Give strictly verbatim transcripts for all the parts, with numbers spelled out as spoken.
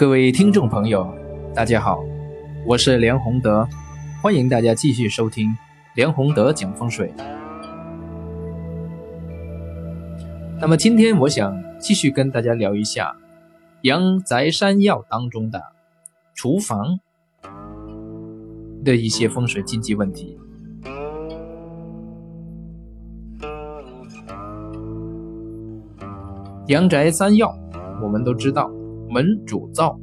各位听众朋友，大家好，我是梁宏德，欢迎大家继续收听梁宏德讲风水。那么今天我想继续跟大家聊一下阳宅山药当中的厨房的一些风水禁忌问题。阳宅三要我们都知道，门主灶，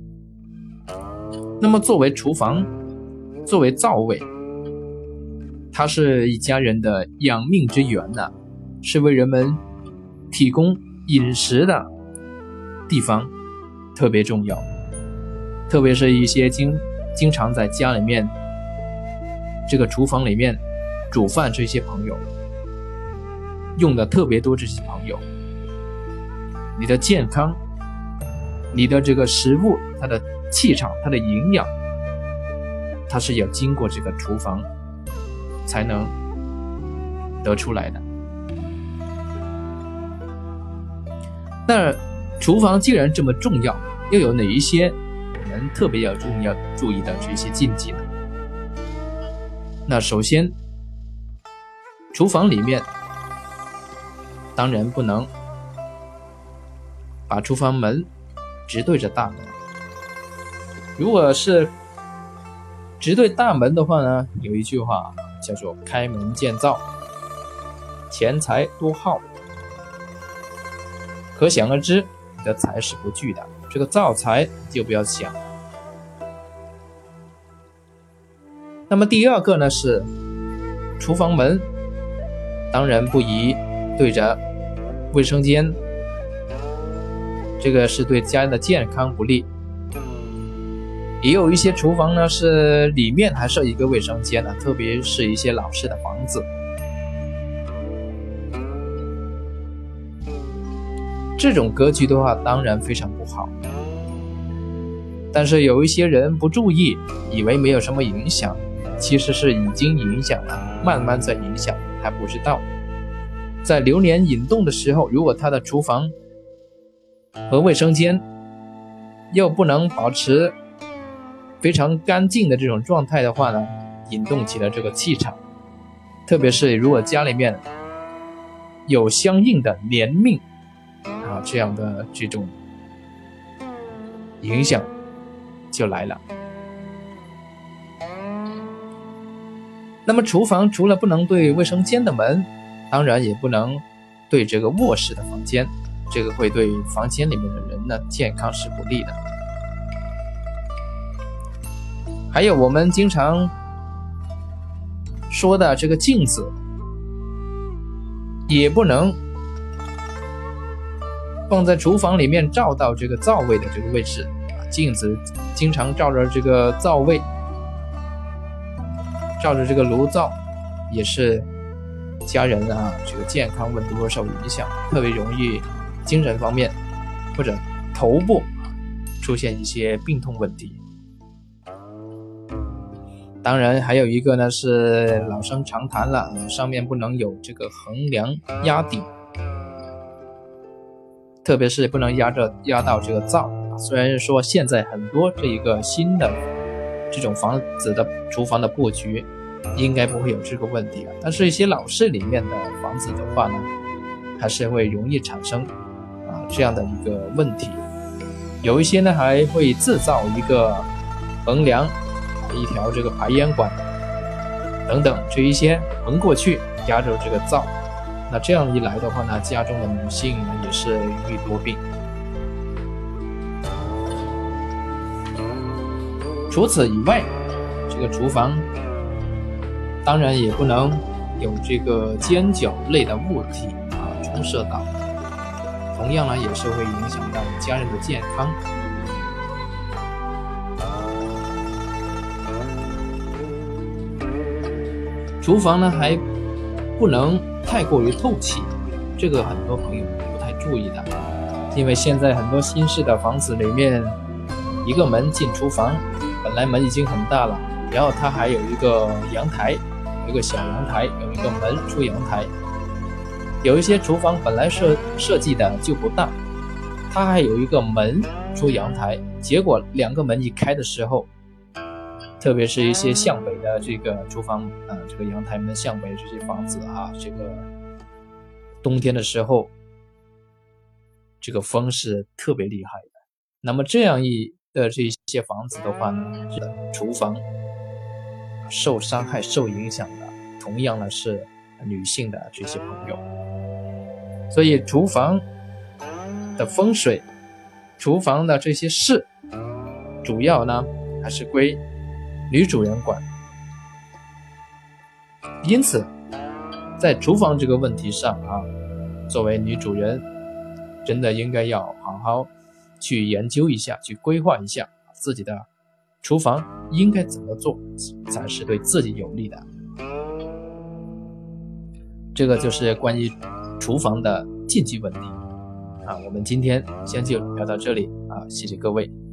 那么作为厨房，作为灶位，它是一家人的养命之源呐、啊，是为人们提供饮食的地方，特别重要。特别是一些经经常在家里面这个厨房里面煮饭这些朋友，用的特别多这些朋友，你的健康，你的这个食物，它的气场，它的营养，它是要经过这个厨房才能得出来的。那厨房既然这么重要，又有哪一些我们特别要注意要注意的这些禁忌呢？那首先，厨房里面当然不能把厨房门直对着大门。如果是直对大门的话呢，有一句话叫做开门见灶，钱财多耗，可想而知你的财是不聚的，这个灶财就不要想。那么第二个呢，是厨房门当然不宜对着卫生间，这个是对家人的健康不利。也有一些厨房呢是里面还设一个卫生间的，特别是一些老式的房子，这种格局的话当然非常不好。但是有一些人不注意，以为没有什么影响，其实是已经影响了，慢慢在影响，还不知道。在流年引动的时候，如果他的厨房和卫生间又不能保持非常干净的这种状态的话呢，引动起了这个气场，特别是如果家里面有相应的年命啊，这样的这种影响就来了。那么厨房除了不能对卫生间的门，当然也不能对这个卧室的房间，这个会对房间里面的人的健康是不利的。还有我们经常说的这个镜子，也不能放在厨房里面照到这个灶位的这个位置。镜子经常照着这个灶位，照着这个炉灶，也是家人啊这个健康问题会受影响，特别容易精神方面或者头部出现一些病痛问题。当然还有一个呢是老生常谈了，上面不能有这个横梁压顶，特别是不能压着压到这个灶。虽然说现在很多这一个新的这种房子的厨房的布局应该不会有这个问题了，但是一些老式里面的房子的话呢，还是会容易产生啊这样的一个问题。有一些呢还会制造一个横梁，一条这个排烟管等等，这一些横过去压着这个灶，那这样一来的话呢，家中的女性呢也是容易多病。除此以外，这个厨房当然也不能有这个尖角类的物体啊冲射到，同样呢也是会影响到家人的健康。厨房呢还不能太过于透气，这个很多朋友不太注意的，因为现在很多新式的房子里面，一个门进厨房，本来门已经很大了，然后它还有一个阳台，有一个小阳台，有一个门出阳台。有一些厨房本来设设计的就不大， 它还有一个门出阳台，结果两个门一开的时候，特别是一些向北的这个厨房啊、呃，这个阳台门向北这些房子啊，这个冬天的时候，这个风是特别厉害的。那么这样一的这些房子的话呢，厨房受伤害、受影响的，同样呢是女性的这些朋友。所以厨房的风水，厨房的这些事，主要呢还是归女主人管。因此在厨房这个问题上啊，作为女主人真的应该要好好去研究一下，去规划一下自己的厨房应该怎么做才是对自己有利的。这个就是关于厨房的禁忌问题啊，我们今天先就聊到这里啊，谢谢各位。